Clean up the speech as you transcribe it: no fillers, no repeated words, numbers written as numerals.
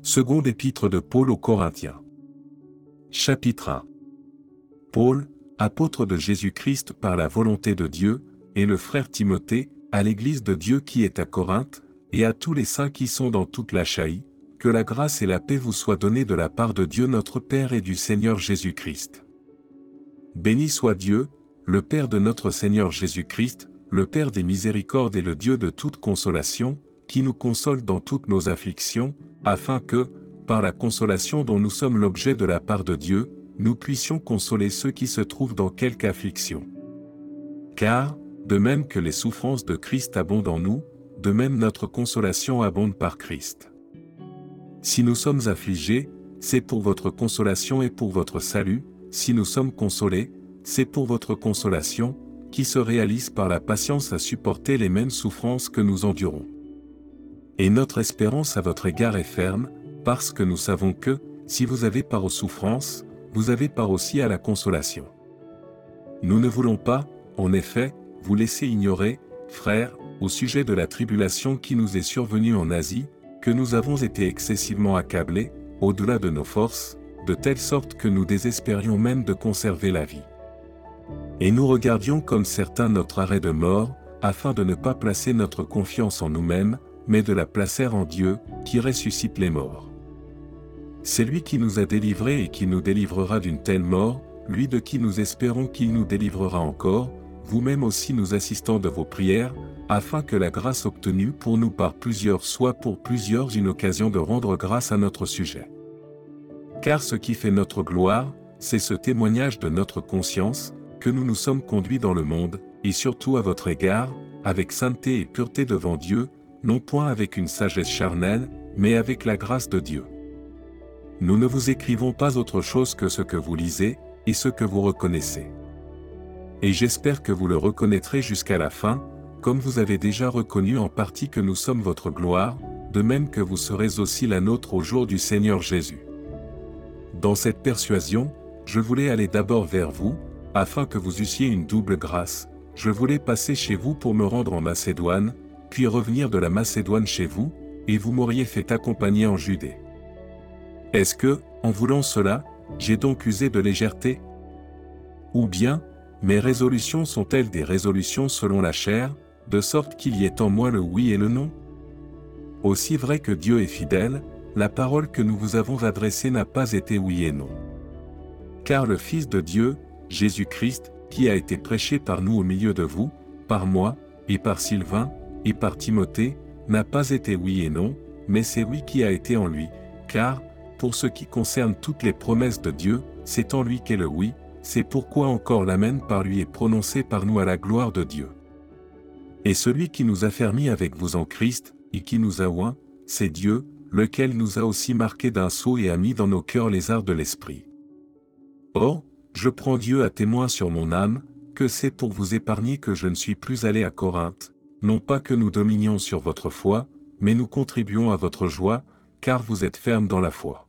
Seconde épître de Paul aux Corinthiens. Chapitre 1. Paul, apôtre de Jésus-Christ par la volonté de Dieu, et le frère Timothée, à l'Église de Dieu qui est à Corinthe, et à tous les saints qui sont dans toute l'Achaïe, que la grâce et la paix vous soient données de la part de Dieu notre Père et du Seigneur Jésus-Christ. Béni soit Dieu, le Père de notre Seigneur Jésus-Christ, le Père des miséricordes et le Dieu de toute consolation, qui nous console dans toutes nos afflictions, afin que, par la consolation dont nous sommes l'objet de la part de Dieu, nous puissions consoler ceux qui se trouvent dans quelque affliction. Car, de même que les souffrances de Christ abondent en nous, de même notre consolation abonde par Christ. Si nous sommes affligés, c'est pour votre consolation et pour votre salut, si nous sommes consolés, c'est pour votre consolation, qui se réalise par la patience à supporter les mêmes souffrances que nous endurons. Et notre espérance à votre égard est ferme, parce que nous savons que, si vous avez part aux souffrances, vous avez part aussi à la consolation. Nous ne voulons pas, en effet, vous laisser ignorer, frères, au sujet de la tribulation qui nous est survenue en Asie, que nous avons été excessivement accablés, au-delà de nos forces, de telle sorte que nous désespérions même de conserver la vie. Et nous regardions comme certains notre arrêt de mort, afin de ne pas placer notre confiance en nous-mêmes, mais de la placer en Dieu, qui ressuscite les morts. C'est lui qui nous a délivrés et qui nous délivrera d'une telle mort, lui de qui nous espérons qu'il nous délivrera encore, vous-même aussi nous assistant de vos prières, afin que la grâce obtenue pour nous par plusieurs soit pour plusieurs une occasion de rendre grâce à notre sujet. Car ce qui fait notre gloire, c'est ce témoignage de notre conscience, que nous nous sommes conduits dans le monde, et surtout à votre égard, avec sainteté et pureté devant Dieu, non point avec une sagesse charnelle, mais avec la grâce de Dieu. Nous ne vous écrivons pas autre chose que ce que vous lisez, et ce que vous reconnaissez. Et j'espère que vous le reconnaîtrez jusqu'à la fin, comme vous avez déjà reconnu en partie que nous sommes votre gloire, de même que vous serez aussi la nôtre au jour du Seigneur Jésus. Dans cette persuasion, je voulais aller d'abord vers vous, afin que vous eussiez une double grâce. Je voulais passer chez vous pour me rendre en Macédoine, puis revenir de la Macédoine chez vous, et vous m'auriez fait accompagner en Judée. Est-ce que, en voulant cela, j'ai donc usé de légèreté? Ou bien, mes résolutions sont-elles des résolutions selon la chair, de sorte qu'il y ait en moi le oui et le non? Aussi vrai que Dieu est fidèle, la parole que nous vous avons adressée n'a pas été oui et non. Car le Fils de Dieu, Jésus-Christ, qui a été prêché par nous au milieu de vous, par moi, et par Sylvain, et par Timothée, n'a pas été oui et non, mais c'est oui qui a été en lui, car, pour ce qui concerne toutes les promesses de Dieu, c'est en lui qu'est le oui, c'est pourquoi encore l'amen par lui est prononcé par nous à la gloire de Dieu. Et celui qui nous a fermis avec vous en Christ, et qui nous a oints, c'est Dieu, lequel nous a aussi marqués d'un sceau et a mis dans nos cœurs les arts de l'Esprit. Or, je prends Dieu à témoin sur mon âme, que c'est pour vous épargner que je ne suis plus allé à Corinthe, non pas que nous dominions sur votre foi, mais nous contribuons à votre joie, car vous êtes fermes dans la foi.